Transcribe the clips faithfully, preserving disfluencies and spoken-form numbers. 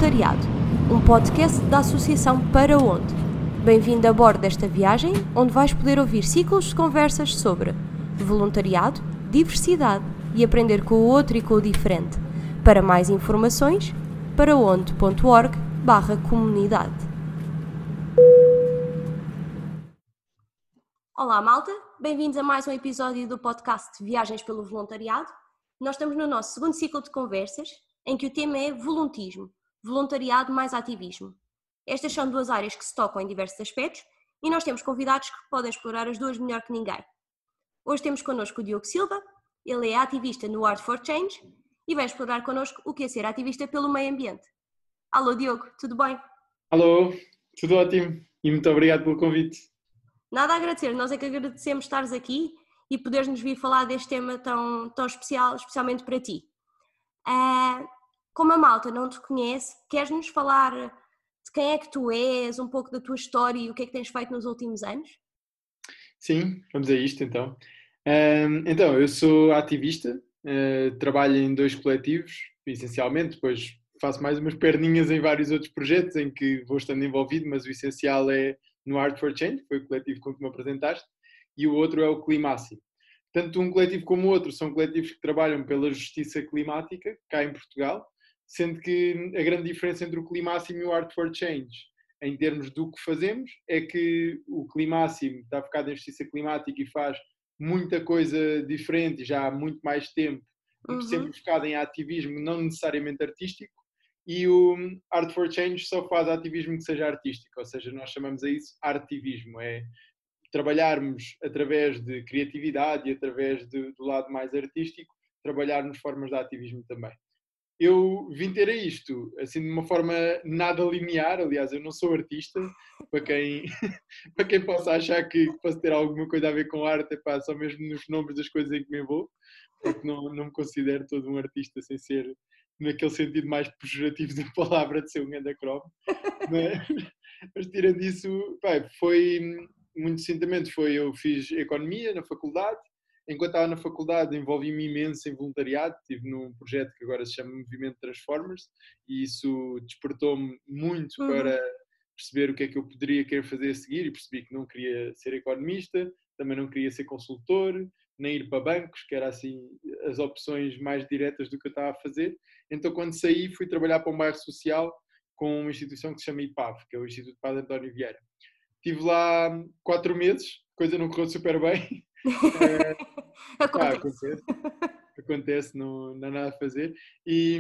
Voluntariado, um podcast da Associação Para Onde. Bem-vindo a bordo desta viagem, onde vais poder ouvir ciclos de conversas sobre voluntariado, diversidade e aprender com o outro e com o diferente. Para mais informações, paraonde.org barra comunidade. Olá malta, bem-vindos a mais um episódio do podcast Viagens pelo Voluntariado. Nós estamos no nosso segundo ciclo de conversas, em que o tema é voluntismo, voluntariado mais ativismo. Estas são duas áreas que se tocam em diversos aspectos e nós temos convidados que podem explorar as duas melhor que ninguém. Hoje temos connosco o Diogo Silva, ele é ativista no Art for Change e vai explorar connosco o que é ser ativista pelo meio ambiente. Alô Diogo, tudo bem? Alô, tudo ótimo e muito obrigado pelo convite. Nada a agradecer, nós é que agradecemos estares aqui e poderes nos vir falar deste tema tão, tão especial, especialmente para ti. Uh, como a malta não te conhece, queres-nos falar de quem é que tu és, um pouco da tua história e o que é que tens feito nos últimos anos? Sim, vamos a isto então. Um, então, eu sou ativista, uh, trabalho em dois coletivos, essencialmente, depois faço mais umas perninhas em vários outros projetos em que vou estando envolvido, mas o essencial é no Art for Change, que foi o coletivo com que me apresentaste, e o outro é o Climáximo. Tanto um coletivo como o outro são coletivos que trabalham pela justiça climática, cá em Portugal, sendo que a grande diferença entre o Climáximo e o Art for Change, em termos do que fazemos, é que o Climáximo está focado em justiça climática e faz muita coisa diferente já há muito mais tempo, e sempre focado em ativismo não necessariamente artístico, e o Art for Change só faz ativismo que seja artístico, ou seja, nós chamamos a isso artivismo, é trabalharmos através de criatividade e através de, do lado mais artístico, trabalharmos formas de ativismo também. Eu vim ter a isto, assim, de uma forma nada linear, aliás, eu não sou artista, para quem, para quem possa achar que posso ter alguma coisa a ver com arte, é pá, só mesmo nos nomes das coisas em que me envolvo, porque não, não me considero todo um artista sem ser naquele sentido mais pejorativo da palavra de ser um grande cromo. Mas, mas tirando isso, pá, foi muito sucintamente, foi, eu fiz economia na faculdade. Enquanto estava na faculdade, envolvi-me imenso em voluntariado, estive num projeto que agora se chama Movimento Transformers, e isso despertou-me muito uhum. para perceber o que é que eu poderia querer fazer a seguir, e percebi que não queria ser economista, também não queria ser consultor, nem ir para bancos, que era assim as opções mais diretas do que eu estava a fazer. Então, quando saí, fui trabalhar para um bairro social com uma instituição que se chama I P A V, que é o Instituto Padre António Vieira. Estive lá quatro meses, coisa não correu super bem. É, acontece. Ah, acontece, acontece, não, não há nada a fazer. E,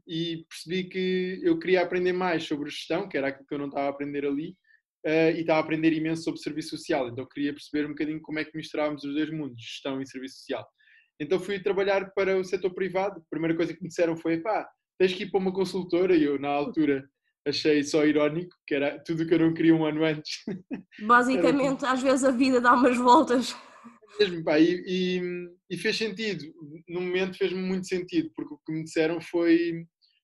e percebi que eu queria aprender mais sobre gestão, que era aquilo que eu não estava a aprender ali, uh, e estava a aprender imenso sobre serviço social. Então queria perceber um bocadinho como é que misturávamos os dois mundos, gestão e serviço social. Então fui trabalhar para o setor privado. A primeira coisa que me disseram foi, pá, tens que ir para uma consultora. E eu, na altura, achei só irónico, que era tudo o que eu não queria um ano antes. Basicamente, às vezes a vida dá umas voltas. Mesmo, pá, e, e, e fez sentido, no momento fez-me muito sentido, porque o que me disseram foi,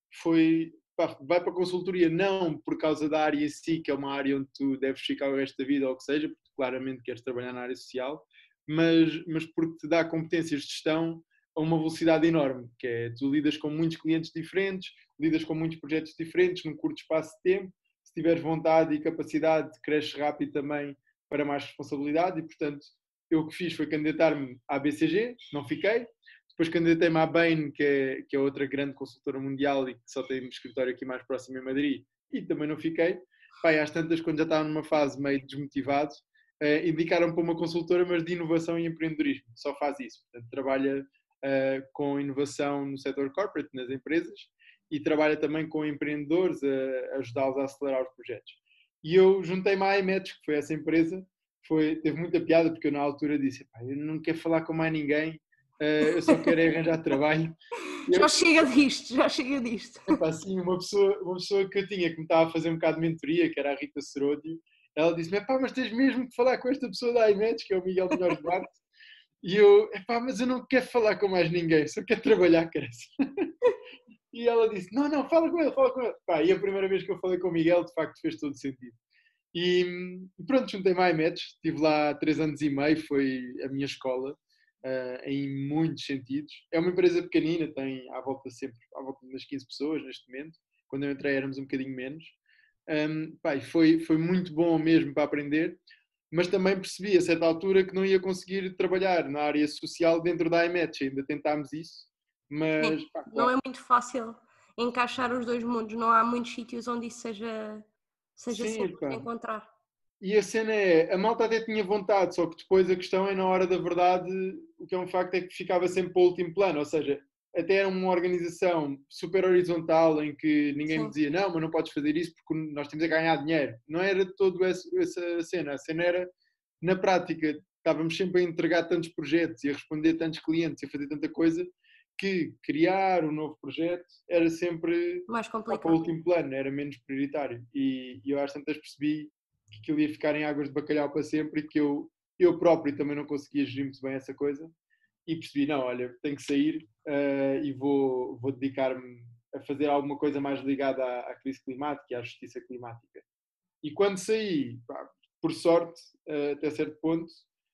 foi pá, vai para a consultoria, não por causa da área em si, que é uma área onde tu deves ficar o resto da vida ou o que seja, porque claramente queres trabalhar na área social, mas, mas porque te dá competências de gestão a uma velocidade enorme, que é, tu lidas com muitos clientes diferentes, lidas com muitos projetos diferentes num curto espaço de tempo, se tiveres vontade e capacidade, cresces rápido também para mais responsabilidade e, portanto, eu o que fiz foi candidatar-me à B C G, não fiquei. Depois candidatei-me à Bain, que é, que é outra grande consultora mundial e que só tem um escritório aqui mais próximo em Madrid, e também não fiquei. Pai, às tantas, quando já estava numa fase meio desmotivado, eh, indicaram-me para uma consultora, mas de inovação e empreendedorismo, só faz isso. Portanto, trabalha eh, com inovação no setor corporate, nas empresas, e trabalha também com empreendedores a, a ajudá-los a acelerar os projetos. E eu juntei-me à iMatch, que foi essa empresa. Foi, teve muita piada, porque eu na altura disse, eu não quero falar com mais ninguém, uh, eu só quero arranjar trabalho. Já eu, chega disto, já chega disto. Epá, assim, uma, pessoa, uma pessoa que eu tinha, que me estava a fazer um bocado de mentoria, que era a Rita Seródio, ela disse-me, mas tens mesmo que falar com esta pessoa da iMatch, que é o Miguel Melhores Duarte. E eu, mas eu não quero falar com mais ninguém, só quero trabalhar, cresce. E ela disse, não, não, fala com ele, fala com ele. Pá, e a primeira vez que eu falei com o Miguel, de facto, fez todo sentido. E pronto, juntei-me à iMatch, estive lá três anos e meio, foi a minha escola, uh, em muitos sentidos. É uma empresa pequenina, tem à volta sempre, à volta das quinze pessoas neste momento, quando eu entrei éramos um bocadinho menos. Um, pá, foi, foi muito bom mesmo para aprender, mas também percebi a certa altura que não ia conseguir trabalhar na área social dentro da iMatch, ainda tentámos isso, mas Sim, pá, não claro. é muito fácil encaixar os dois mundos, não há muitos sítios onde isso seja, seja Sim, simples de pá. encontrar. E a cena é, a malta até tinha vontade, só que depois a questão é, na hora da verdade, o que é um facto é que ficava sempre para o último plano, ou seja, até era uma organização super horizontal em que ninguém me Sim, dizia não, mas não podes fazer isso porque nós temos a ganhar dinheiro. Não era de todo essa, essa cena, a cena era, na prática, estávamos sempre a entregar tantos projetos e a responder a tantos clientes e a fazer tanta coisa que criar um novo projeto era sempre mais pá, para o complicado. último plano, era menos prioritário. E, e eu às tantas percebi que aquilo ia ficar em águas de bacalhau para sempre e que eu, eu próprio também não conseguia gerir muito bem essa coisa. E percebi, não, olha, tenho que sair uh, e vou, vou dedicar-me a fazer alguma coisa mais ligada à, à crise climática e à justiça climática. E quando saí, pá, por sorte, uh, até certo ponto,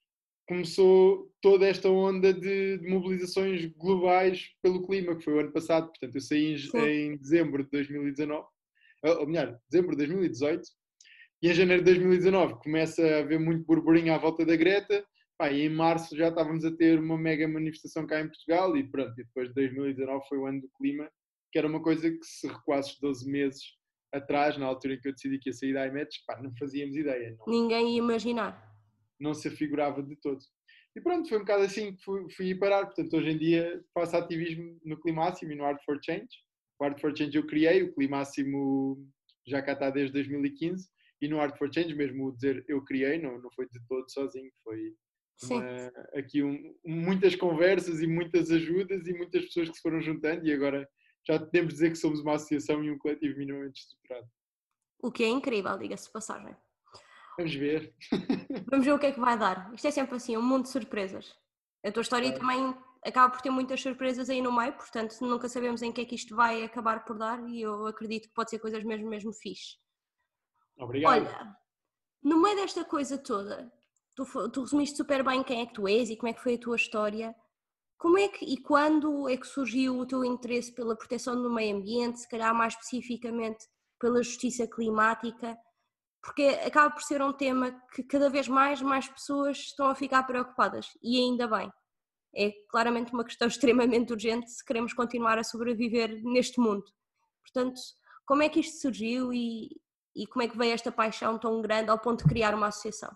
começou toda esta onda de, de mobilizações globais pelo clima, que foi o ano passado. Portanto, eu saí em, Sim, em dezembro de dois mil e dezanove, ou melhor, dezembro de dois mil e dezoito, e em janeiro de dois mil e dezanove começa a haver muito burburinho à volta da Greta, pá, e em março já estávamos a ter uma mega manifestação cá em Portugal, e pronto, e depois de dois mil e dezanove foi o ano do clima, que era uma coisa que se recuasses doze meses atrás, na altura em que eu decidi que ia sair da iMatch, pá, não fazíamos ideia, não, ninguém ia imaginar. não se afigurava de todo. E pronto, foi um bocado assim que fui, fui parar. Portanto, hoje em dia faço ativismo no Climáximo e no Art for Change. O Art for Change eu criei, o Climáximo já cá está desde dois mil e quinze, e no Art for Change, mesmo o dizer eu criei, não, não foi de todo sozinho, foi uma, Sim. aqui um, muitas conversas e muitas ajudas e muitas pessoas que se foram juntando, e agora já podemos dizer que somos uma associação e um coletivo minimamente estruturado. O que é incrível, diga-se de passagem. Vamos ver. Vamos ver o que é que vai dar. Isto é sempre assim, um mundo de surpresas. A tua história também acaba por ter muitas surpresas aí no meio, portanto nunca sabemos em que é que isto vai acabar por dar e eu acredito que pode ser coisas mesmo, mesmo fixe. Obrigado. Olha, no meio desta coisa toda, tu, tu resumiste super bem quem é que tu és e como é que foi a tua história. Como é que e quando é que surgiu o teu interesse pela proteção do meio ambiente, se calhar mais especificamente pela justiça climática? Porque acaba por ser um tema que cada vez mais, mais pessoas estão a ficar preocupadas e ainda bem. É claramente uma questão extremamente urgente se queremos continuar a sobreviver neste mundo. Portanto, como é que isto surgiu e, e como é que veio esta paixão tão grande ao ponto de criar uma associação?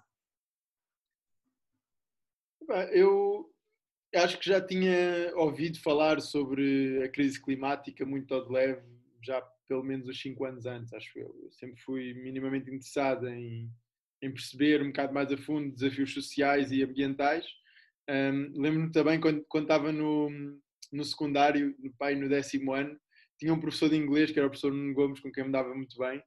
Eu acho que já tinha ouvido falar sobre a crise climática muito ao de leve, já pelo menos uns cinco anos antes, acho eu. Eu sempre fui minimamente interessado em, em perceber um bocado mais a fundo desafios sociais e ambientais. Um, lembro-me também quando, quando estava no, no secundário, no pai, no décimo ano, tinha um professor de inglês, que era o professor Nuno Gomes, com quem me dava muito bem,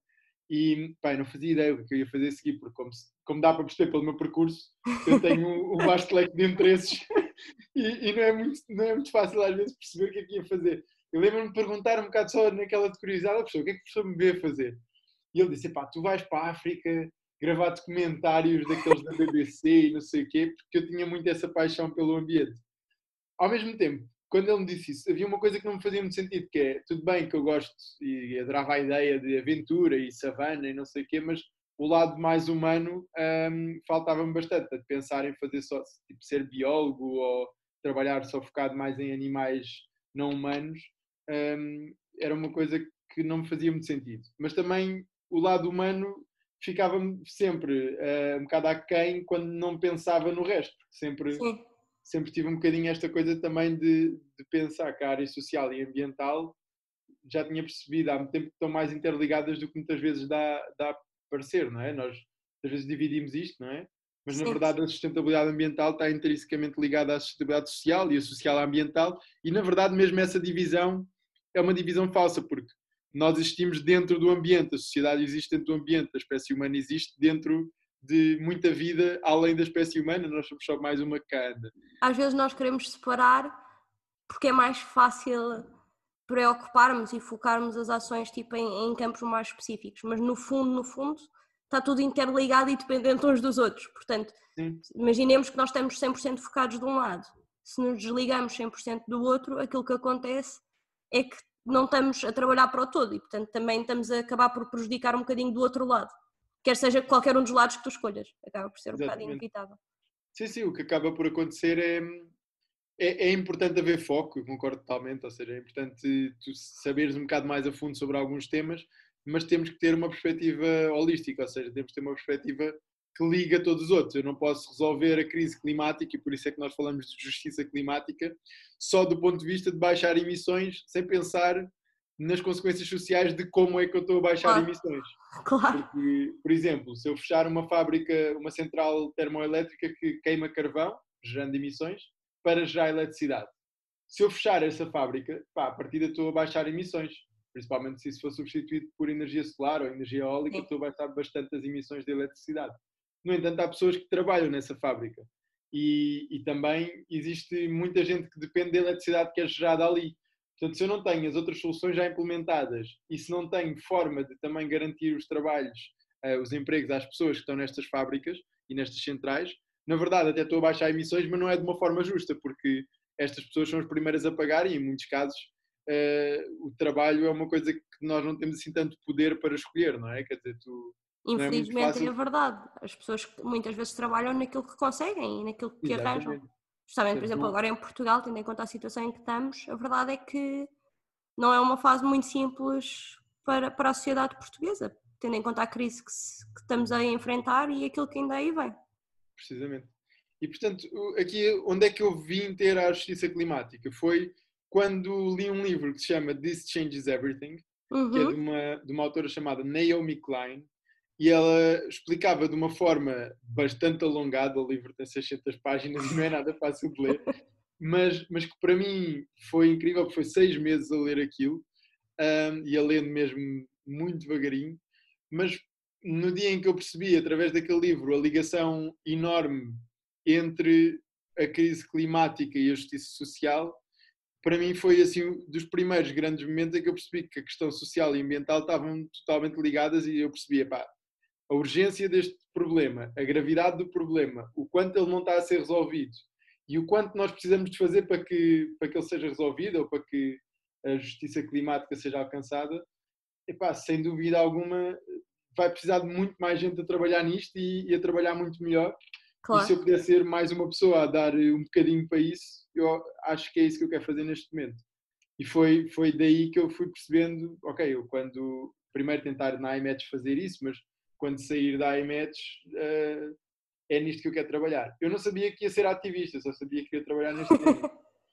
e pá, não fazia ideia do que eu ia fazer a seguir, porque como, como dá para perceber pelo meu percurso, eu tenho um, um vasto leque de interesses e, e não, é muito, não é muito fácil às vezes perceber o que é que ia fazer. Eu lembro-me de perguntar um bocado só naquela de curiosidade ao professor, o que é que o professor me vê fazer? E ele disse, pá, tu vais para a África gravar documentários daqueles da B B C e não sei o quê, porque eu tinha muito essa paixão pelo ambiente. Ao mesmo tempo, quando ele me disse isso, havia uma coisa que não me fazia muito sentido, que é, tudo bem que eu gosto e adorava a ideia de aventura e savana e não sei o quê, mas o lado mais humano um, faltava-me bastante, de pensar em fazer só, tipo, ser biólogo ou trabalhar só focado mais em animais não humanos, um, era uma coisa que não me fazia muito sentido. Mas também o lado humano ficava-me sempre uh, um bocado aquém quando não pensava no resto, porque sempre Sim, sempre tive um bocadinho esta coisa também de, de pensar que a área social e ambiental já tinha percebido há muito tempo que estão mais interligadas do que muitas vezes dá, dá a parecer, não é? Nós às vezes dividimos isto, não é? Mas na sim. verdade a sustentabilidade ambiental está intrinsecamente ligada à sustentabilidade social e a social à ambiental, e na verdade mesmo essa divisão é uma divisão falsa, porque nós existimos dentro do ambiente, a sociedade existe dentro do ambiente, a espécie humana existe dentro de muita vida além da espécie humana, nós somos só mais uma que anda. Às vezes nós queremos separar porque é mais fácil preocuparmos e focarmos as ações tipo, em, em campos mais específicos, mas no fundo, no fundo, está tudo interligado e dependente uns dos outros. Portanto, Sim. imaginemos que nós estamos cem por cento focados de um lado. Se nos desligamos cem por cento do outro, aquilo que acontece é que não estamos a trabalhar para o todo e, portanto, também estamos a acabar por prejudicar um bocadinho do outro lado. Quer seja qualquer um dos lados que tu escolhas. Acaba por ser um bocado inevitável. Sim, sim, o que acaba por acontecer é, é, é importante haver foco, eu concordo totalmente, ou seja, é importante tu saberes um bocado mais a fundo sobre alguns temas, mas temos que ter uma perspectiva holística, ou seja, temos que ter uma perspectiva que liga todos os outros. Eu não posso resolver a crise climática, e por isso é que nós falamos de justiça climática, só do ponto de vista de baixar emissões, sem pensar nas consequências sociais de como é que eu estou a baixar Claro. emissões. Claro. Porque, por exemplo, se eu fechar uma fábrica, uma central termoelétrica que queima carvão, gerando emissões, para gerar eletricidade. Se eu fechar essa fábrica, pá, a partir daí estou a baixar emissões. Principalmente se isso for substituído por energia solar ou energia eólica, Sim. estou a baixar bastante as emissões de eletricidade. No entanto, há pessoas que trabalham nessa fábrica. E, e também existe muita gente que depende da eletricidade que é gerada ali. Portanto, se eu não tenho as outras soluções já implementadas e se não tenho forma de também garantir os trabalhos, uh, os empregos às pessoas que estão nestas fábricas e nestas centrais, na verdade até estou a baixar emissões, mas não é de uma forma justa, porque estas pessoas são as primeiras a pagar e em muitos casos uh, o trabalho é uma coisa que nós não temos assim tanto poder para escolher, não é? Quer dizer, tu, não é muito Infelizmente fácil. é verdade. As pessoas muitas vezes trabalham naquilo que conseguem e naquilo que arranjam. Exatamente. Justamente, por Portanto, exemplo, não... agora em Portugal, tendo em conta a situação em que estamos, a verdade é que não é uma fase muito simples para, para a sociedade portuguesa, tendo em conta a crise que, se, que estamos a enfrentar e aquilo que ainda aí vem. Precisamente. E, portanto, aqui onde é que eu vim ter a justiça climática? Foi quando li um livro que se chama This Changes Everything, uhum. que é de uma, de uma autora chamada Naomi Klein, e ela explicava de uma forma bastante alongada, o livro tem seiscentas páginas e não é nada fácil de ler, mas, mas que para mim foi incrível, porque foi seis meses a ler aquilo, um, e a ler mesmo muito devagarinho, mas no dia em que eu percebi, através daquele livro, a ligação enorme entre a crise climática e a justiça social, para mim foi assim dos primeiros grandes momentos em que eu percebi que a questão social e ambiental estavam totalmente ligadas e eu percebia, pá, a urgência deste problema, a gravidade do problema, o quanto ele não está a ser resolvido e o quanto nós precisamos de fazer para que, para que ele seja resolvido ou para que a justiça climática seja alcançada, epá, sem dúvida alguma vai precisar de muito mais gente a trabalhar nisto e, e a trabalhar muito melhor. Claro. E se eu puder ser mais uma pessoa a dar um bocadinho para isso, eu acho que é isso que eu quero fazer neste momento. E foi, foi daí que eu fui percebendo, ok, eu quando primeiro tentar na iMatch fazer isso, mas quando sair da iMatch uh, é nisto que eu quero trabalhar. Eu não sabia que ia ser ativista, só sabia que ia trabalhar neste tema.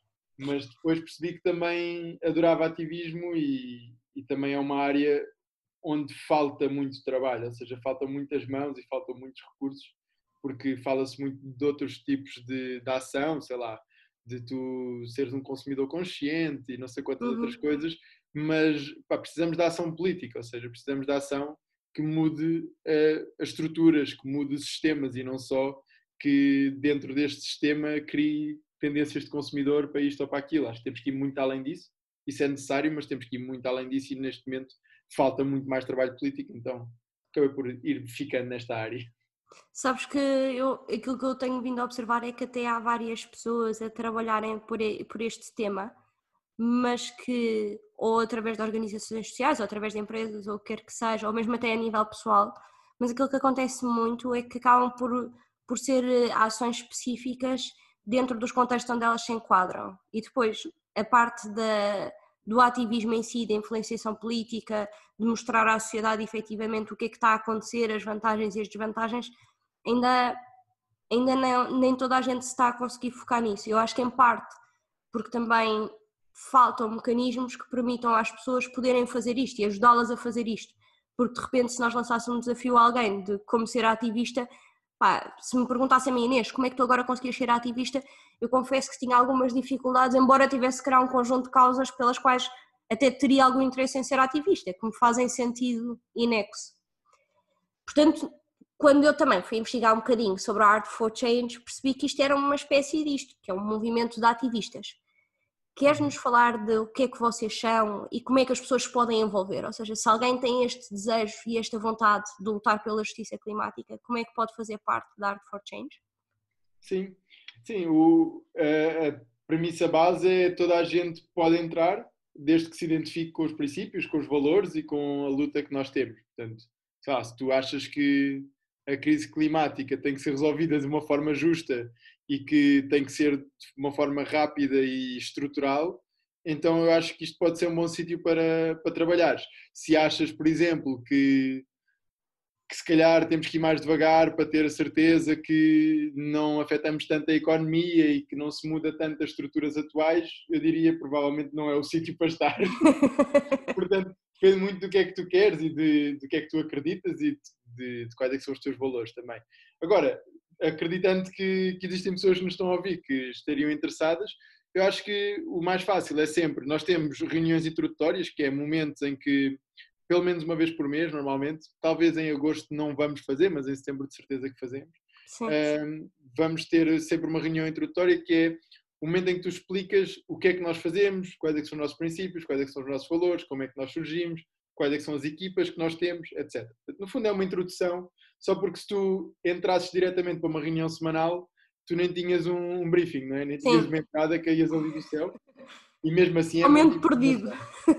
Mas depois percebi que também adorava ativismo e, e também é uma área onde falta muito trabalho, ou seja, faltam muitas mãos e faltam muitos recursos, porque fala-se muito de outros tipos de, de ação, sei lá, de tu seres um consumidor consciente e não sei quantas uhum. outras coisas, mas pá, precisamos de ação política, ou seja, precisamos de ação que mude uh, as estruturas, que mude os sistemas e não só que dentro deste sistema crie tendências de consumidor para isto ou para aquilo. Acho que temos que ir muito além disso. Isso é necessário, mas temos que ir muito além disso e neste momento falta muito mais trabalho político, então acabei por ir ficando nesta área. Sabes que eu, aquilo que eu tenho vindo a observar é que até há várias pessoas a trabalharem por, por este tema, mas que ou através de organizações sociais, ou através de empresas, ou o que quer que seja, ou mesmo até a nível pessoal, mas aquilo que acontece muito é que acabam por, por ser ações específicas dentro dos contextos onde elas se enquadram. E depois a parte da, do ativismo em si, da influenciação política, de mostrar à sociedade efetivamente o que é que está a acontecer, as vantagens e as desvantagens, ainda, ainda não, nem toda a gente se está a conseguir focar nisso. Eu acho que em parte porque também faltam mecanismos que permitam às pessoas poderem fazer isto e ajudá-las a fazer isto. Porque de repente se nós lançássemos um desafio a alguém de como ser ativista, pá, se me perguntasse a mim, Inês, como é que tu agora conseguias ser ativista, eu confesso que tinha algumas dificuldades, embora tivesse que criar um conjunto de causas pelas quais até teria algum interesse em ser ativista, que me fazem sentido inexo. Portanto, quando eu também fui investigar um bocadinho sobre a Art for Change, percebi que isto era uma espécie disto, que é um movimento de ativistas. Queres-nos falar de o que é que vocês são e como é que as pessoas se podem envolver? Ou seja, se alguém tem este desejo e esta vontade de lutar pela justiça climática, como é que pode fazer parte da Art for Change? Sim, sim. O, a, a premissa base é toda a gente pode entrar, desde que se identifique com os princípios, com os valores e com a luta que nós temos. Portanto, sei lá, se tu achas que a crise climática tem que ser resolvida de uma forma justa e que tem que ser de uma forma rápida e estrutural, então eu acho que isto pode ser um bom sítio para, para trabalhar. Se achas, por exemplo, que, que se calhar temos que ir mais devagar para ter a certeza que não afetamos tanto a economia e que não se muda tanto as estruturas atuais, eu diria provavelmente não é o sítio para estar. Portanto, depende muito do que é que tu queres e de, do que é que tu acreditas e de, de, de quais é que são os teus valores também. Agora, acreditando que, que existem pessoas que nos estão a ouvir que estariam interessadas, eu acho que o mais fácil é sempre, nós temos reuniões introdutórias, que é momentos em que, pelo menos uma vez por mês, normalmente, talvez em agosto não vamos fazer, mas em setembro de certeza que fazemos, um, vamos ter sempre uma reunião introdutória que é o momento em que tu explicas o que é que nós fazemos, quais é que são os nossos princípios, quais é que são os nossos valores, como é que nós surgimos, quais é que são as equipas que nós temos, etcétera. No fundo é uma introdução, só porque se tu entrasses diretamente para uma reunião semanal, tu nem tinhas um, um briefing, não é? Nem tinhas uma entrada, caías ali do céu, e mesmo assim é muito perdido.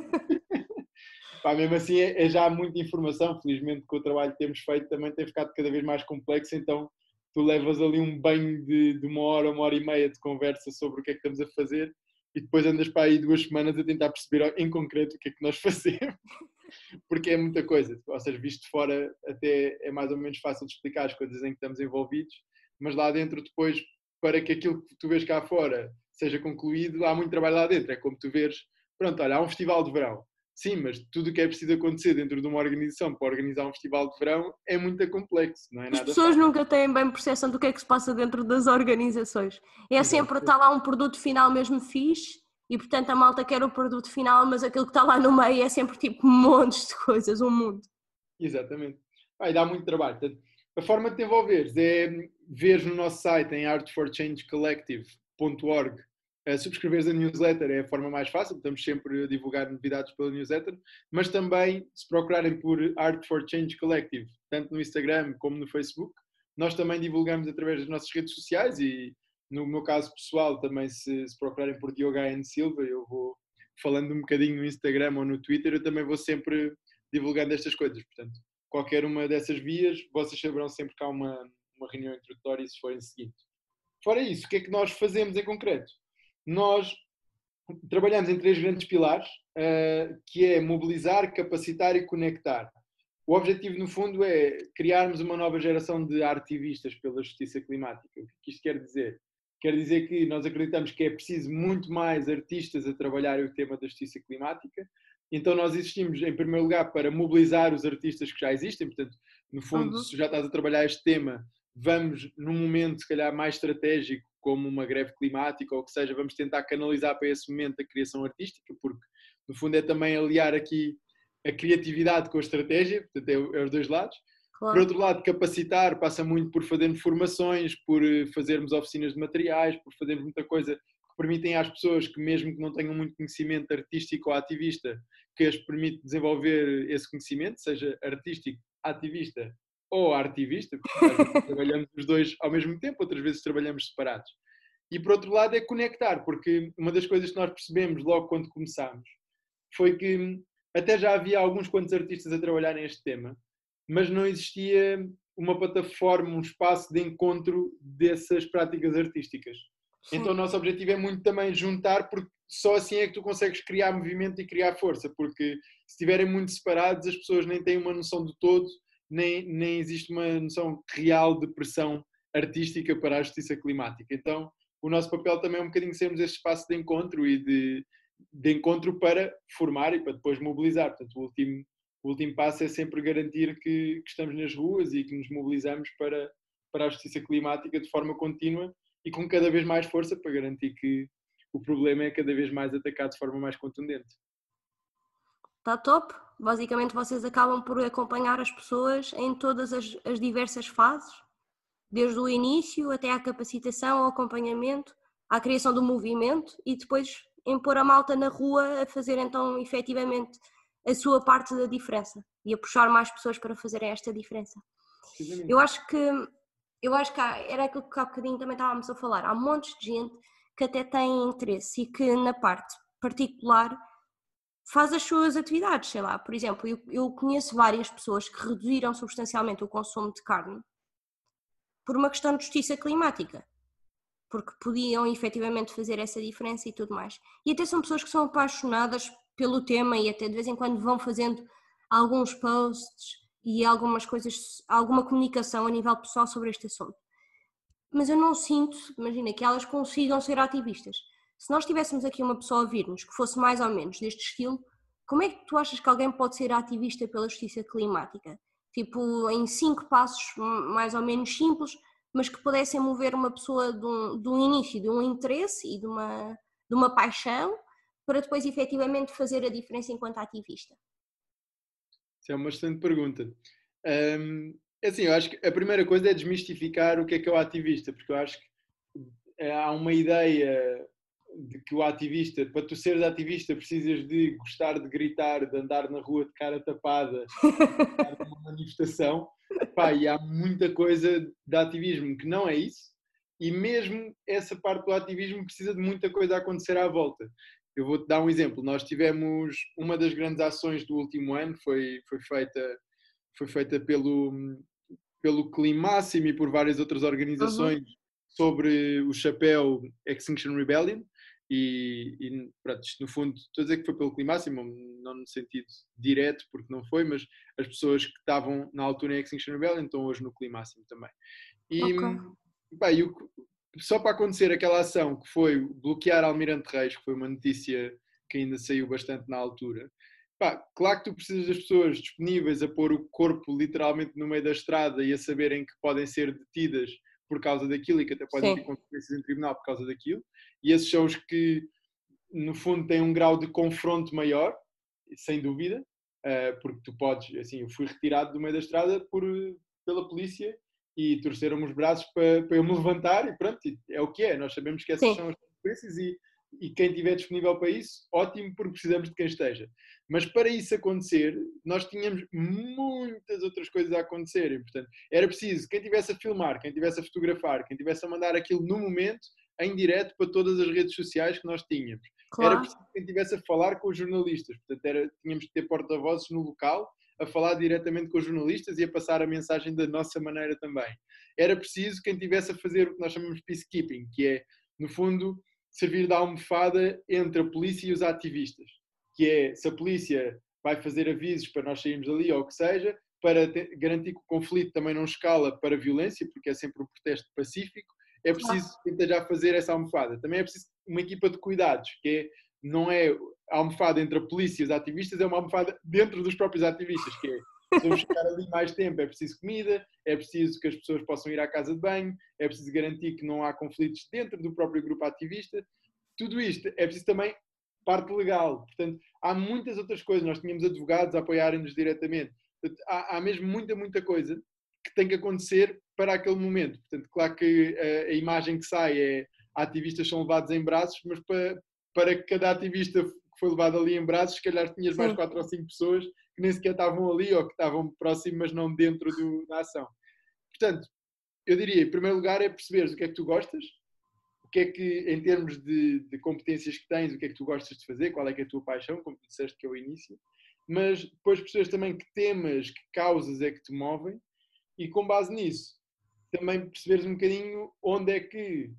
Pá, mesmo assim é, é já muita informação, felizmente com o trabalho que temos feito também tem ficado cada vez mais complexo, então tu levas ali um banho de, de uma hora, uma hora e meia de conversa sobre o que é que estamos a fazer e depois andas para aí duas semanas a tentar perceber em concreto o que é que nós fazemos, porque é muita coisa, ou seja, visto de fora até é mais ou menos fácil de explicar as coisas em que estamos envolvidos, mas lá dentro depois, para que aquilo que tu vês cá fora seja concluído, há muito trabalho lá dentro, é como tu vês, pronto, olha, há um festival de verão. Sim, mas tudo o que é preciso acontecer dentro de uma organização para organizar um festival de verão é muito complexo, não é nada As pessoas fácil. nunca têm bem percepção do que é que se passa dentro das organizações. É sempre, está lá um produto final mesmo fixe e, portanto, a malta quer o produto final, mas aquilo que está lá no meio é sempre tipo montes de coisas, um mundo. Exatamente. Vai dar muito trabalho. Portanto, a forma de te envolveres é ver no nosso site em art for change collective ponto org. Uh, subscreveres a newsletter é a forma mais fácil, estamos sempre a divulgar novidades pela newsletter, mas também se procurarem por Art for Change Collective, tanto no Instagram como no Facebook, nós também divulgamos através das nossas redes sociais e no meu caso pessoal também se, se procurarem por Diogo N. Silva, eu vou falando um bocadinho no Instagram ou no Twitter, eu também vou sempre divulgando estas coisas, portanto, qualquer uma dessas vias, vocês saberão sempre que há uma, uma reunião introdutória se forem seguinte. Fora isso, o que é que nós fazemos em concreto? Nós trabalhamos em três grandes pilares, uh, que é mobilizar, capacitar e conectar. O objetivo, no fundo, é criarmos uma nova geração de ativistas pela justiça climática. O que isto quer dizer? Quer dizer que nós acreditamos que é preciso muito mais artistas a trabalhar o tema da justiça climática. Então nós existimos, em primeiro lugar, para mobilizar os artistas que já existem. Portanto, no fundo, uhum. se já estás a trabalhar este tema, vamos, num momento, se calhar, mais estratégico, como uma greve climática ou o que seja, vamos tentar canalizar para esse momento a criação artística, porque, no fundo, é também aliar aqui a criatividade com a estratégia, portanto, é, é os dois lados. Claro. Por outro lado, capacitar passa muito por fazermos formações, por fazermos oficinas de materiais, por fazermos muita coisa que permitem às pessoas que, mesmo que não tenham muito conhecimento artístico ou ativista, que as permite desenvolver esse conhecimento, seja artístico, ativista ou artivista, porque às vezes trabalhamos os dois ao mesmo tempo, outras vezes trabalhamos separados. E por outro lado é conectar, porque uma das coisas que nós percebemos logo quando começámos foi que até já havia alguns quantos artistas a trabalhar neste tema, mas não existia uma plataforma, um espaço de encontro dessas práticas artísticas. Sim. Então o nosso objetivo é muito também juntar, porque só assim é que tu consegues criar movimento e criar força, porque se estiverem muito separados as pessoas nem têm uma noção do todo, nem, nem existe uma noção real de pressão artística para a justiça climática. Então o nosso papel também é um bocadinho sermos esse espaço de encontro e de, de encontro para formar e para depois mobilizar. Portanto, o último, o último passo é sempre garantir que, que estamos nas ruas e que nos mobilizamos para, para a justiça climática de forma contínua e com cada vez mais força para garantir que o problema é cada vez mais atacado de forma mais contundente. Está top. Basicamente vocês acabam por acompanhar as pessoas em todas as, as diversas fases, desde o início até à capacitação, ao acompanhamento, à criação do movimento e depois em pôr a malta na rua a fazer então efetivamente a sua parte da diferença e a puxar mais pessoas para fazerem esta diferença. Eu acho que, eu acho que há, era aquilo que há bocadinho também estávamos a falar, há montes de gente que até tem interesse e que na parte particular faz as suas atividades, sei lá. Por exemplo, eu, eu conheço várias pessoas que reduziram substancialmente o consumo de carne por uma questão de justiça climática, porque podiam efetivamente fazer essa diferença e tudo mais. E até são pessoas que são apaixonadas pelo tema e até de vez em quando vão fazendo alguns posts e algumas coisas, alguma comunicação a nível pessoal sobre este assunto. Mas eu não sinto, imagina, que elas consigam ser ativistas. Se nós tivéssemos aqui uma pessoa a ouvir-nos que fosse mais ou menos deste estilo, como é que tu achas que alguém pode ser ativista pela justiça climática? Tipo, em cinco passos mais ou menos simples, mas que pudessem mover uma pessoa de um, de um início, de um interesse e de uma, de uma paixão, para depois efetivamente fazer a diferença enquanto ativista? Isso é uma excelente pergunta. Um, é assim, eu acho que a primeira coisa é desmistificar o que é que é o ativista, porque eu acho que há uma ideia de que o ativista, para tu seres ativista, precisas de gostar de gritar, de andar na rua de cara tapada, de estar numa manifestação. Pá, e há muita coisa de ativismo que não é isso, e mesmo essa parte do ativismo precisa de muita coisa a acontecer à volta. Eu vou-te dar um exemplo. Nós tivemos uma das grandes ações do último ano, foi, foi feita, foi feita pelo, pelo Climáximo e por várias outras organizações, Uhum. sobre o chapéu Extinction Rebellion. E, e pronto, isto no fundo, estou a dizer que foi pelo Climáximo, não no sentido direto, porque não foi, mas as pessoas que estavam na altura em Extinction Rebellion estão hoje no Climáximo também. E, Ok. pá, e o, só para acontecer aquela ação que foi bloquear Almirante Reis, que foi uma notícia que ainda saiu bastante na altura, pá, claro que tu precisas das pessoas disponíveis a pôr o corpo literalmente no meio da estrada e a saberem que podem ser detidas por causa daquilo e que até podem ter Sim. consequências em tribunal por causa daquilo, e esses são os que no fundo têm um grau de confronto maior, sem dúvida, porque tu podes, assim, eu fui retirado do meio da estrada por, pela polícia e torceram-me os braços para, para eu me levantar e pronto, é o que é, nós sabemos que essas Sim. são as consequências e, e quem estiver disponível para isso, ótimo, porque precisamos de quem esteja. Mas para isso acontecer, nós tínhamos muitas outras coisas a acontecer e, portanto, era preciso quem estivesse a filmar, quem estivesse a fotografar, quem estivesse a mandar aquilo no momento, em direto para todas as redes sociais que nós tínhamos. Era Claro. preciso quem estivesse a falar com os jornalistas, portanto, era, tínhamos que ter porta-vozes no local, a falar diretamente com os jornalistas e a passar a mensagem da nossa maneira também. Era preciso quem estivesse a fazer o que nós chamamos de peacekeeping, que é, no fundo, servir de almofada entre a polícia e os ativistas, que é, se a polícia vai fazer avisos para nós sairmos dali ou o que seja, para ter, garantir que o conflito também não escala para violência, porque é sempre um protesto pacífico, é preciso tentar já fazer essa almofada. Também é preciso uma equipa de cuidados, que é, não é a almofada entre a polícia e os ativistas, é uma almofada dentro dos próprios ativistas, que é, se vamos ficar ali mais tempo, é preciso comida, é preciso que as pessoas possam ir à casa de banho, é preciso garantir que não há conflitos dentro do próprio grupo ativista. Tudo isto é preciso também parte legal. Portanto, há muitas outras coisas. Nós tínhamos advogados a apoiarem-nos diretamente. Portanto, há, há mesmo muita, muita coisa que tem que acontecer para aquele momento. Portanto, claro que a, a imagem que sai é ativistas são levados em braços, mas para, para cada ativista que foi levado ali em braços, se calhar tinhas mais Sim. quatro ou cinco pessoas que nem sequer estavam ali ou que estavam próximo, mas não dentro do, da ação. Portanto, eu diria, em primeiro lugar, é perceberes o que é que tu gostas, o que é que, em termos de, de competências que tens, o que é que tu gostas de fazer, qual é que é a tua paixão, como tu disseste que é o início, mas depois percebes também que temas, que causas é que te movem, e com base nisso, também perceberes um bocadinho onde é que,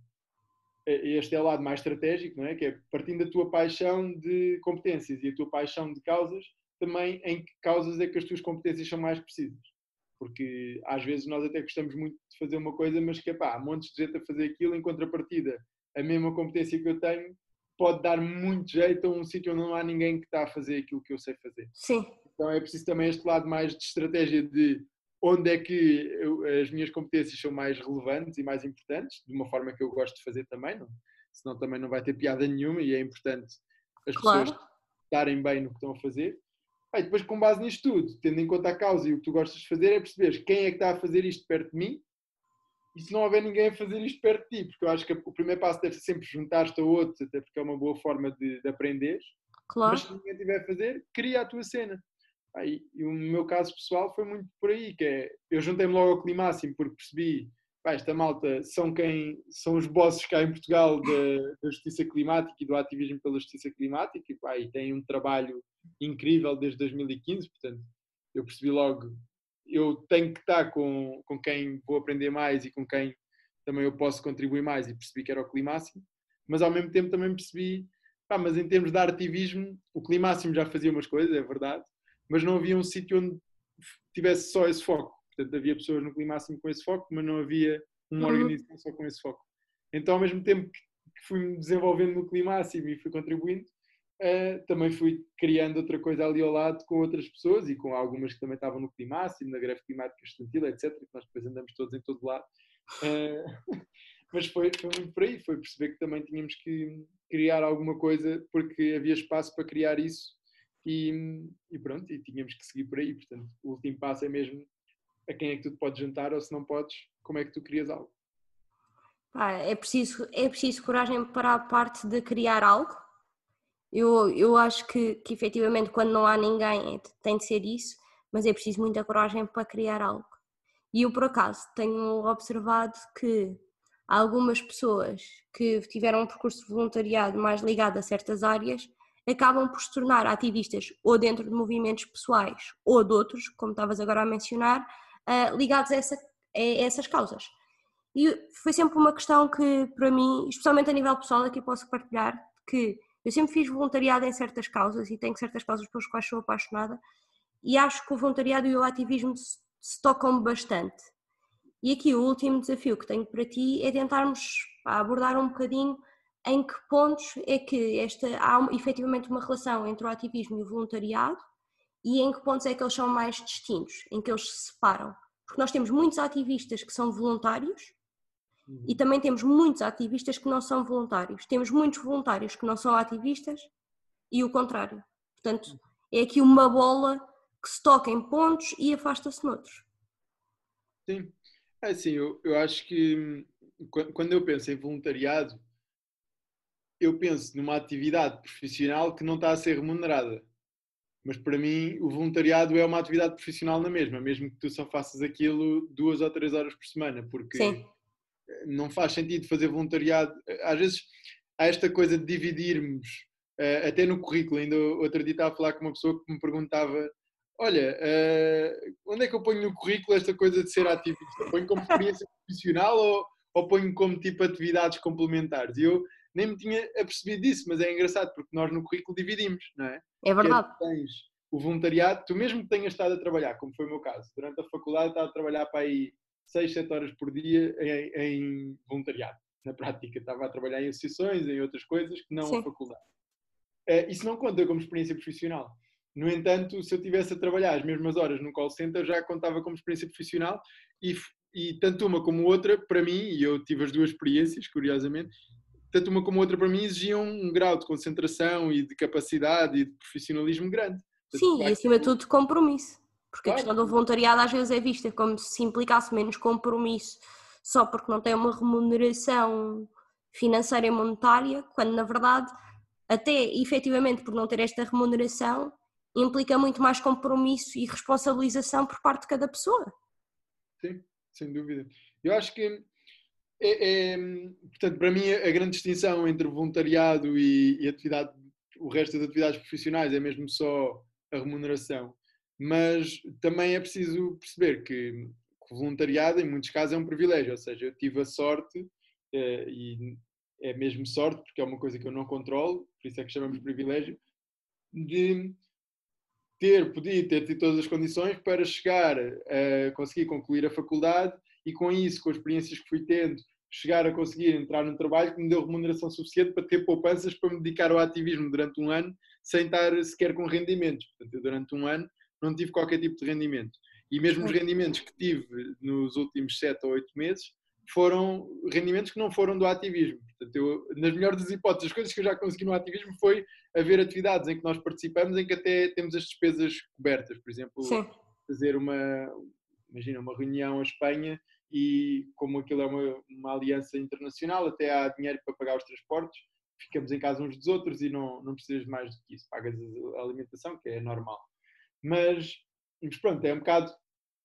este é o lado mais estratégico, não é? Que é partindo da tua paixão de competências e a tua paixão de causas, também em que causas é que as tuas competências são mais precisas. Porque às vezes nós até gostamos muito de fazer uma coisa, mas que pá, há montes de gente a fazer aquilo, em contrapartida, a mesma competência que eu tenho pode dar muito jeito a um sítio onde não há ninguém que está a fazer aquilo que eu sei fazer. Sim. Então é preciso também este lado mais de estratégia de onde é que eu, as minhas competências são mais relevantes e mais importantes, de uma forma que eu gosto de fazer também, não? Senão também não vai ter piada nenhuma e é importante as pessoas Claro. estarem bem no que estão a fazer. E depois, com base nisto tudo, tendo em conta a causa e o que tu gostas de fazer, é perceber quem é que está a fazer isto perto de mim e se não houver ninguém a fazer isto perto de ti, porque eu acho que o primeiro passo deve ser sempre juntar-te a outros, até porque é uma boa forma de, de aprender, mas Claro. se ninguém estiver a fazer, cria a tua cena. E, e o meu caso pessoal foi muito por aí, que é, eu juntei-me logo ao Climáximo porque percebi, pá, esta malta são quem são os bosses cá em Portugal da, da justiça climática e do ativismo pela justiça climática, e, pá, e têm um trabalho incrível desde dois mil e quinze, portanto, eu percebi logo, eu tenho que estar com, com quem vou aprender mais e com quem também eu posso contribuir mais, e percebi que era o Climáximo, mas ao mesmo tempo também percebi, pá, mas em termos de ativismo, o Climáximo já fazia umas coisas, é verdade, mas não havia um sítio onde tivesse só esse foco. Portanto, havia pessoas no Climáximo com esse foco, mas não havia uma Uhum. organização só com esse foco. Então, ao mesmo tempo que fui-me desenvolvendo no Climáximo e fui contribuindo, uh, também fui criando outra coisa ali ao lado com outras pessoas e com algumas que também estavam no Climáximo, na greve climática estudantil, etcétera, que nós depois andamos todos em todo lado. Uh, mas foi, foi muito por aí, foi perceber que também tínhamos que criar alguma coisa porque havia espaço para criar isso e, e pronto, e tínhamos que seguir por aí. Portanto, o último passo é mesmo a quem é que tu te podes juntar, ou se não podes, como é que tu crias algo. Pá, é preciso, é preciso coragem para a parte de criar algo. Eu, eu acho que, que efetivamente quando não há ninguém tem de ser isso, mas é preciso muita coragem para criar algo. E eu por acaso tenho observado que algumas pessoas que tiveram um percurso de voluntariado mais ligado a certas áreas acabam por se tornar ativistas ou dentro de movimentos pessoais ou de outros, como estavas agora a mencionar, ligados a, essa, a essas causas. E foi sempre uma questão que para mim, especialmente a nível pessoal, aqui posso partilhar, que eu sempre fiz voluntariado em certas causas e tenho certas causas pelas quais sou apaixonada e acho que o voluntariado e o ativismo se, se tocam bastante. E aqui o último desafio que tenho para ti é tentarmos pá, abordar um bocadinho em que pontos é que esta, há efetivamente uma relação entre o ativismo e o voluntariado e em que pontos é que eles são mais distintos, em que eles se separam. Porque nós temos muitos ativistas que são voluntários uhum. e também temos muitos ativistas que não são voluntários. Temos muitos voluntários que não são ativistas e o contrário. Portanto, é aqui uma bola que se toca em pontos e afasta-se noutros. Sim. É assim, eu, eu acho que quando eu penso em voluntariado, eu penso numa atividade profissional que não está a ser remunerada. Mas para mim o voluntariado é uma atividade profissional na mesma, mesmo que tu só faças aquilo duas ou três horas por semana, porque Sim. não faz sentido fazer voluntariado. Às vezes há esta coisa de dividirmos, até no currículo, ainda outro dia estava a falar com uma pessoa que me perguntava: olha, uh, onde é que eu ponho no currículo esta coisa de ser ativista? Ponho como experiência profissional ou, ou ponho como tipo atividades complementares? E eu nem me tinha apercebido disso, mas é engraçado porque nós no currículo dividimos, não é? É verdade. Que é, tens o voluntariado, tu mesmo que tenhas estado a trabalhar, como foi o meu caso, durante a faculdade estava a trabalhar para aí seis, sete horas por dia em, em voluntariado. Na prática, estava a trabalhar em associações, em outras coisas que não Sim. a faculdade. Uh, isso não conta como experiência profissional. No entanto, se eu estivesse a trabalhar as mesmas horas no call center, já contava como experiência profissional e, e tanto uma como outra, para mim, e eu tive as duas experiências, curiosamente, tanto uma como outra para mim exigiam um grau de concentração e de capacidade e de profissionalismo grande. Sim, claro, e acima de tudo de compromisso. Porque claro. A questão do voluntariado às vezes é vista como se implicasse menos compromisso só porque não tem uma remuneração financeira e monetária, quando na verdade, até efetivamente por não ter esta remuneração, implica muito mais compromisso e responsabilização por parte de cada pessoa. Sim, sem dúvida. Eu acho que, é, é, portanto, para mim a grande distinção entre voluntariado e, e atividade, o resto das atividades profissionais é mesmo só a remuneração. Mas também é preciso perceber que o voluntariado, em muitos casos, é um privilégio. Ou seja, eu tive a sorte, e é mesmo sorte, porque é uma coisa que eu não controlo, por isso é que chamamos de privilégio, de ter podido ter tido todas as condições para chegar a conseguir concluir a faculdade e com isso, com as experiências que fui tendo, chegar a conseguir entrar num trabalho que me deu remuneração suficiente para ter poupanças para me dedicar ao ativismo durante um ano sem estar sequer com rendimentos. Portanto, eu durante um ano não tive qualquer tipo de rendimento. E mesmo os rendimentos que tive nos últimos sete ou oito meses foram rendimentos que não foram do ativismo. Portanto, eu, nas melhores das hipóteses, as coisas que eu já consegui no ativismo foi haver atividades em que nós participamos em que até temos as despesas cobertas. Por exemplo, Sim. fazer uma, imagina, uma reunião à Espanha e como aquilo é uma, uma aliança internacional, até há dinheiro para pagar os transportes, ficamos em casa uns dos outros e não, não precisas mais do que isso. Pagas a alimentação, que é normal. Mas, mas pronto, é um bocado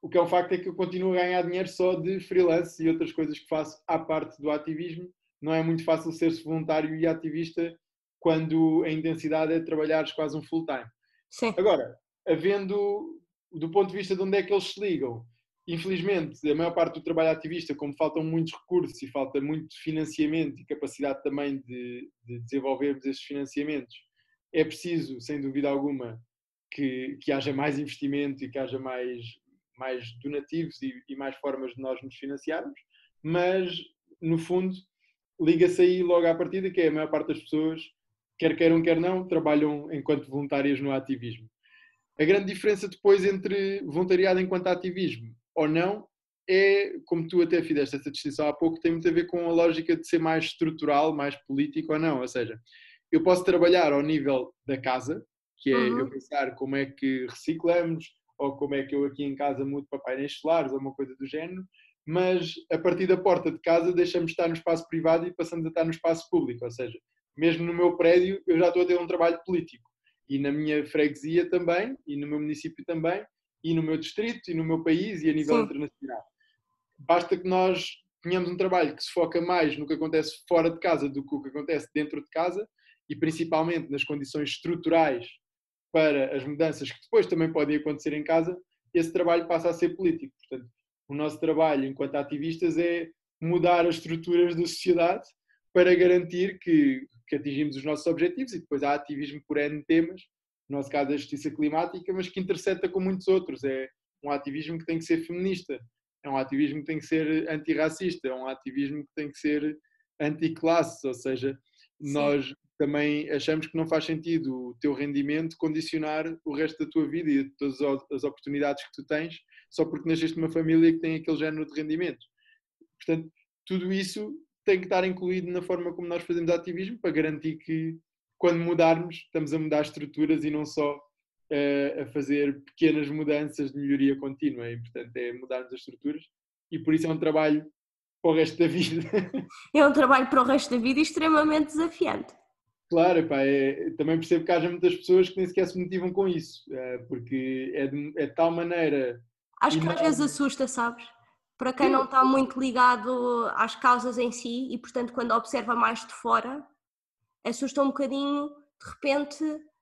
o que é um facto é que eu continuo a ganhar dinheiro só de freelance e outras coisas que faço à parte do ativismo. Não é muito fácil ser-se voluntário e ativista quando a intensidade é trabalhares quase um full-time. Sim. Agora, havendo, do ponto de vista de onde é que eles se ligam, infelizmente, a maior parte do trabalho ativista, como faltam muitos recursos e falta muito financiamento e capacidade também de, de desenvolvermos esses financiamentos, é preciso, sem dúvida alguma, que, que haja mais investimento e que haja mais, mais donativos e, e mais formas de nós nos financiarmos, mas, no fundo, liga-se aí logo à partida que é a maior parte das pessoas, quer queiram, quer não, trabalham enquanto voluntárias no ativismo. A grande diferença depois entre voluntariado enquanto ativismo ou não é, como tu até fizeste essa distinção há pouco, tem muito a ver com a lógica de ser mais estrutural, mais político ou não. Ou seja, eu posso trabalhar ao nível da casa, que é Uhum. eu pensar como é que reciclamos ou como é que eu aqui em casa mudo para painéis solares ou uma coisa do género, mas a partir da porta de casa deixamos de estar no espaço privado e passamos a estar no espaço público. Ou seja, mesmo no meu prédio eu já estou a ter um trabalho político. E na minha freguesia também, e no meu município também, e no meu distrito, e no meu país, e a nível Sim. internacional. Basta que nós tenhamos um trabalho que se foca mais no que acontece fora de casa do que o que acontece dentro de casa, e principalmente nas condições estruturais para as mudanças que depois também podem acontecer em casa, esse trabalho passa a ser político. Portanto, o nosso trabalho enquanto ativistas é mudar as estruturas da sociedade para garantir que, que atingimos os nossos objetivos, e depois há ativismo por N temas, no nosso caso a justiça climática, mas que interseta com muitos outros. É um ativismo que tem que ser feminista, é um ativismo que tem que ser antirracista, é um ativismo que tem que ser anticlasse, ou seja, Sim. nós também achamos que não faz sentido o teu rendimento condicionar o resto da tua vida e todas as oportunidades que tu tens só porque nasceste numa família que tem aquele género de rendimento. Portanto, tudo isso tem que estar incluído na forma como nós fazemos ativismo para garantir que quando mudarmos estamos a mudar estruturas e não só uh, a fazer pequenas mudanças de melhoria contínua. E, portanto, é mudarmos as estruturas e por isso é um trabalho para o resto da vida. É um trabalho para o resto da vida extremamente desafiante. Claro, epá, é, também percebo que haja muitas pessoas que nem sequer se motivam com isso, é, porque é de, é de tal maneira... Acho que às vezes enorme. assusta, sabes? Para quem Sim, não está muito ligado às causas em si e, portanto, quando observa mais de fora, assusta um bocadinho, de repente,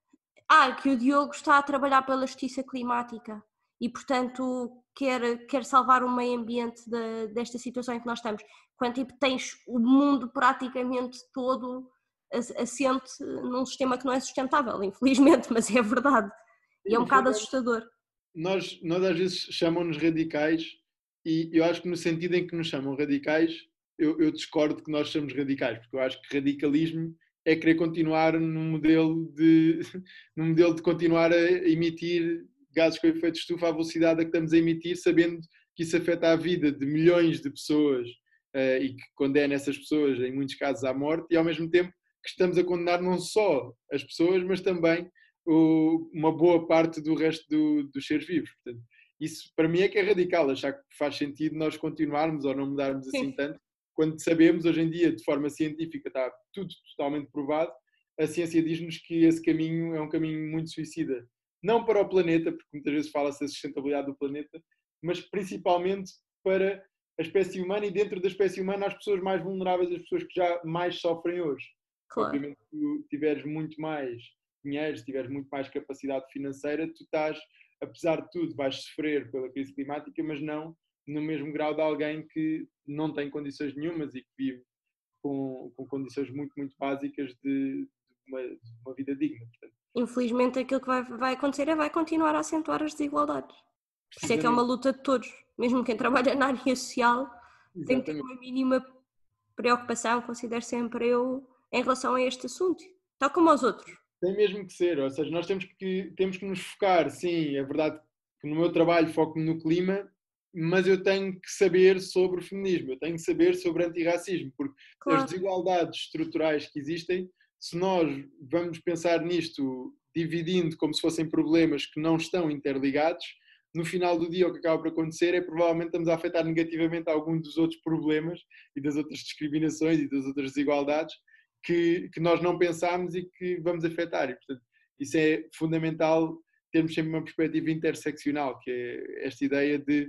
ah, que o Diogo está a trabalhar pela justiça climática e, portanto, quer, quer salvar o meio ambiente de, desta situação em que nós estamos. Quando tipo, tens o mundo praticamente todo assente num sistema que não é sustentável, infelizmente, mas é verdade. E e é um no bocado fundo, assustador. nós, nós às vezes chamam-nos radicais e eu acho que no sentido em que nos chamam radicais, eu, eu discordo que nós somos radicais, porque eu acho que radicalismo é querer continuar num modelo de, num modelo de continuar a emitir gases com efeito de estufa à velocidade a que estamos a emitir, sabendo que isso afeta a vida de milhões de pessoas uh, e que condena essas pessoas, em muitos casos, à morte, e ao mesmo tempo que estamos a condenar não só as pessoas, mas também o, uma boa parte do resto do, dos seres vivos. Portanto, isso para mim é que é radical, achar que faz sentido nós continuarmos ou não mudarmos assim Sim. tanto, quando sabemos hoje em dia, de forma científica, está tudo totalmente provado, a ciência diz-nos que esse caminho é um caminho muito suicida. Não para o planeta, porque muitas vezes fala-se da sustentabilidade do planeta, mas principalmente para a espécie humana e dentro da espécie humana as pessoas mais vulneráveis, as pessoas que já mais sofrem hoje. Claro. Obviamente, se tu tiveres muito mais dinheiro, se tiveres muito mais capacidade financeira, tu estás, apesar de tudo, vais sofrer pela crise climática, mas não no mesmo grau de alguém que não tem condições nenhumas e que vive com, com condições muito, muito básicas de, de, uma, de uma vida digna. Portanto, Infelizmente aquilo que vai, vai acontecer é vai continuar a acentuar as desigualdades. Por isso é que é uma precisamente. luta de todos. Mesmo quem trabalha na área social tem que ter Exatamente. uma mínima preocupação, considero sempre eu, em relação a este assunto, tal como aos outros. Tem mesmo que ser, ou seja, nós temos que, temos que nos focar, sim, é verdade que no meu trabalho foco-me no clima, mas eu tenho que saber sobre o feminismo, eu tenho que saber sobre antirracismo, porque as Claro. desigualdades estruturais que existem, se nós vamos pensar nisto dividindo como se fossem problemas que não estão interligados, no final do dia o que acaba por acontecer é provavelmente estamos a afetar negativamente algum dos outros problemas e das outras discriminações e das outras desigualdades que, que nós não pensámos e que vamos afetar. E, portanto, isso é fundamental termos sempre uma perspectiva interseccional, que é esta ideia de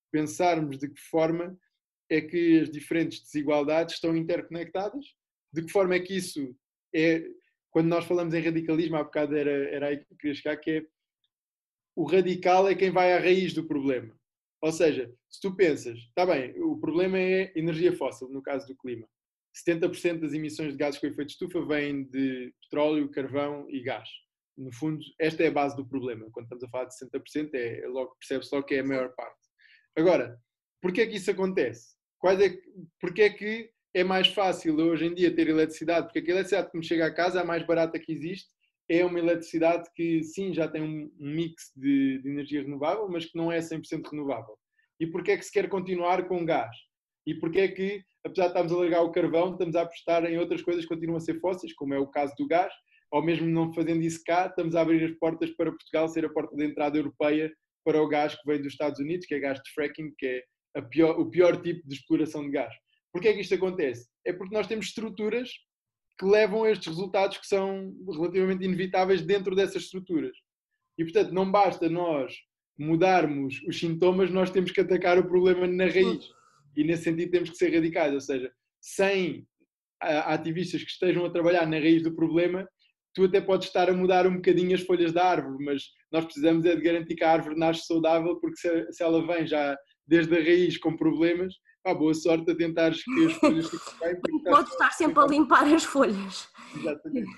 pensarmos de que forma é que as diferentes desigualdades estão interconectadas, de que forma é que isso é, quando nós falamos em radicalismo, há bocado era, era aí que eu queria chegar, que é o radical é quem vai à raiz do problema. Ou seja, se tu pensas, está bem, o problema é energia fóssil, no caso do clima. setenta por cento das emissões de gases com efeito de estufa vêm de petróleo, carvão e gás. No fundo, esta é a base do problema. Quando estamos a falar de sessenta por cento, é, logo percebe-se logo que é a maior parte. Agora, porquê é que isso acontece? Quais é, porquê é que é mais fácil hoje em dia ter eletricidade? Porque a eletricidade que me chega a casa, a mais barata que existe, é uma eletricidade que, sim, já tem um mix de, de energia renovável, mas que não é cem por cento renovável. E porquê é que se quer continuar com gás? E porquê é que, apesar de estarmos a largar o carvão, estamos a apostar em outras coisas que continuam a ser fósseis, como é o caso do gás, ou mesmo não fazendo isso cá, estamos a abrir as portas para Portugal ser a porta de entrada europeia para o gás que vem dos Estados Unidos, que é gás de fracking, que é a pior, o pior tipo de exploração de gás. Porquê é que isto acontece? É porque nós temos estruturas que levam a estes resultados que são relativamente inevitáveis dentro dessas estruturas. E, portanto, não basta nós mudarmos os sintomas, nós temos que atacar o problema na raiz. E, nesse sentido, temos que ser radicais. Ou seja, sem ativistas que estejam a trabalhar na raiz do problema, tu até podes estar a mudar um bocadinho as folhas da árvore, mas nós precisamos é de garantir que a árvore nasce saudável, porque se, se ela vem já desde a raiz com problemas, pá, boa sorte a tentares que as folhas fiquem bem. Não pode estar sempre a limpar as folhas. Exatamente.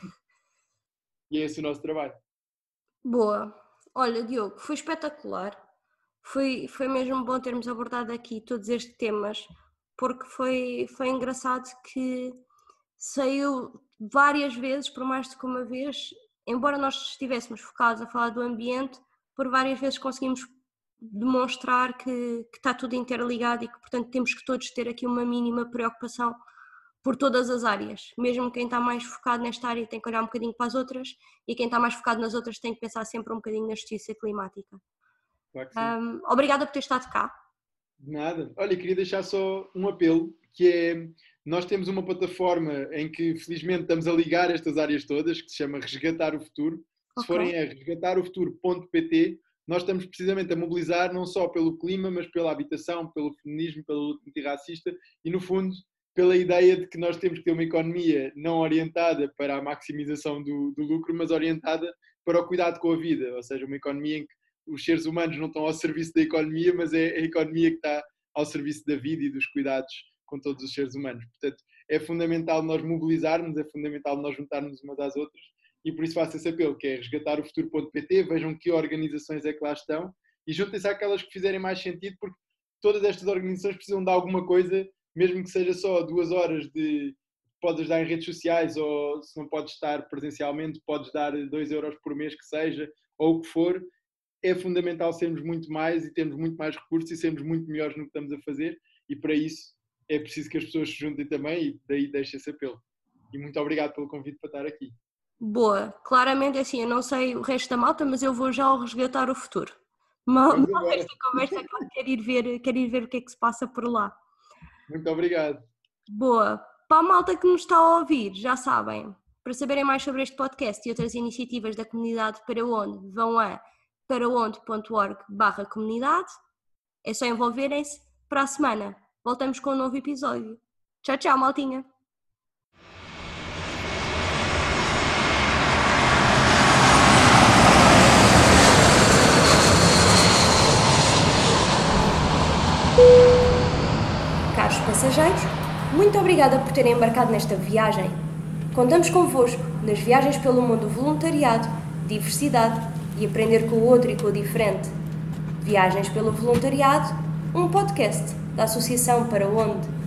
E é esse o nosso trabalho. Boa. Olha, Diogo, foi espetacular. Foi, foi mesmo bom termos abordado aqui todos estes temas, porque foi, foi engraçado que saiu várias vezes, por mais do que uma vez, embora nós estivéssemos focados a falar do ambiente, por várias vezes conseguimos demonstrar que, que está tudo interligado e que, portanto, temos que todos ter aqui uma mínima preocupação por todas as áreas. Mesmo quem está mais focado nesta área tem que olhar um bocadinho para as outras, e quem está mais focado nas outras tem que pensar sempre um bocadinho na justiça climática. Claro que sim. Um, obrigada por ter estado cá. De nada. Olha, queria deixar só um apelo, que é, nós temos uma plataforma em que felizmente estamos a ligar estas áreas todas, que se chama Resgatar o Futuro. Se okay. forem a resgatar o futuro ponto pt, nós estamos precisamente a mobilizar não só pelo clima, mas pela habitação, pelo feminismo, pela luta antirracista e, no fundo, pela ideia de que nós temos que ter uma economia não orientada para a maximização do, do lucro, mas orientada para o cuidado com a vida, ou seja, uma economia em que os seres humanos não estão ao serviço da economia, mas é a economia que está ao serviço da vida e dos cuidados com todos os seres humanos. Portanto, é fundamental nós mobilizarmos, é fundamental nós juntarmos umas às outras, e por isso faço esse apelo, que é resgatar o futuro ponto pt, vejam que organizações é que lá estão e juntem-se àquelas que fizerem mais sentido, porque todas estas organizações precisam de alguma coisa, mesmo que seja só duas horas de... Podes dar em redes sociais, ou se não podes estar presencialmente, podes dar dois euros por mês que seja, ou o que for. É fundamental sermos muito mais e termos muito mais recursos e sermos muito melhores no que estamos a fazer, e para isso é preciso que as pessoas se juntem também, e daí deixo esse apelo. E muito obrigado pelo convite para estar aqui. Boa, claramente assim, eu não sei o resto da malta, mas eu vou já ao resgatar o futuro. Mal, mal esta conversa, quero ir, ver, quero ir ver o que é que se passa por lá. Muito obrigado. Boa, para a malta que nos está a ouvir, já sabem, para saberem mais sobre este podcast e outras iniciativas da comunidade Para Onde, vão a paraonde ponto org barra comunidade. É só envolverem-se. Para a semana voltamos com um novo episódio. Tchau, tchau, maltinha! Caros passageiros, muito obrigada por terem embarcado nesta viagem. Contamos convosco nas viagens pelo mundo voluntariado, diversidade e aprender com o outro e com o diferente. Viagens pelo Voluntariado, um podcast da Associação Para Onde.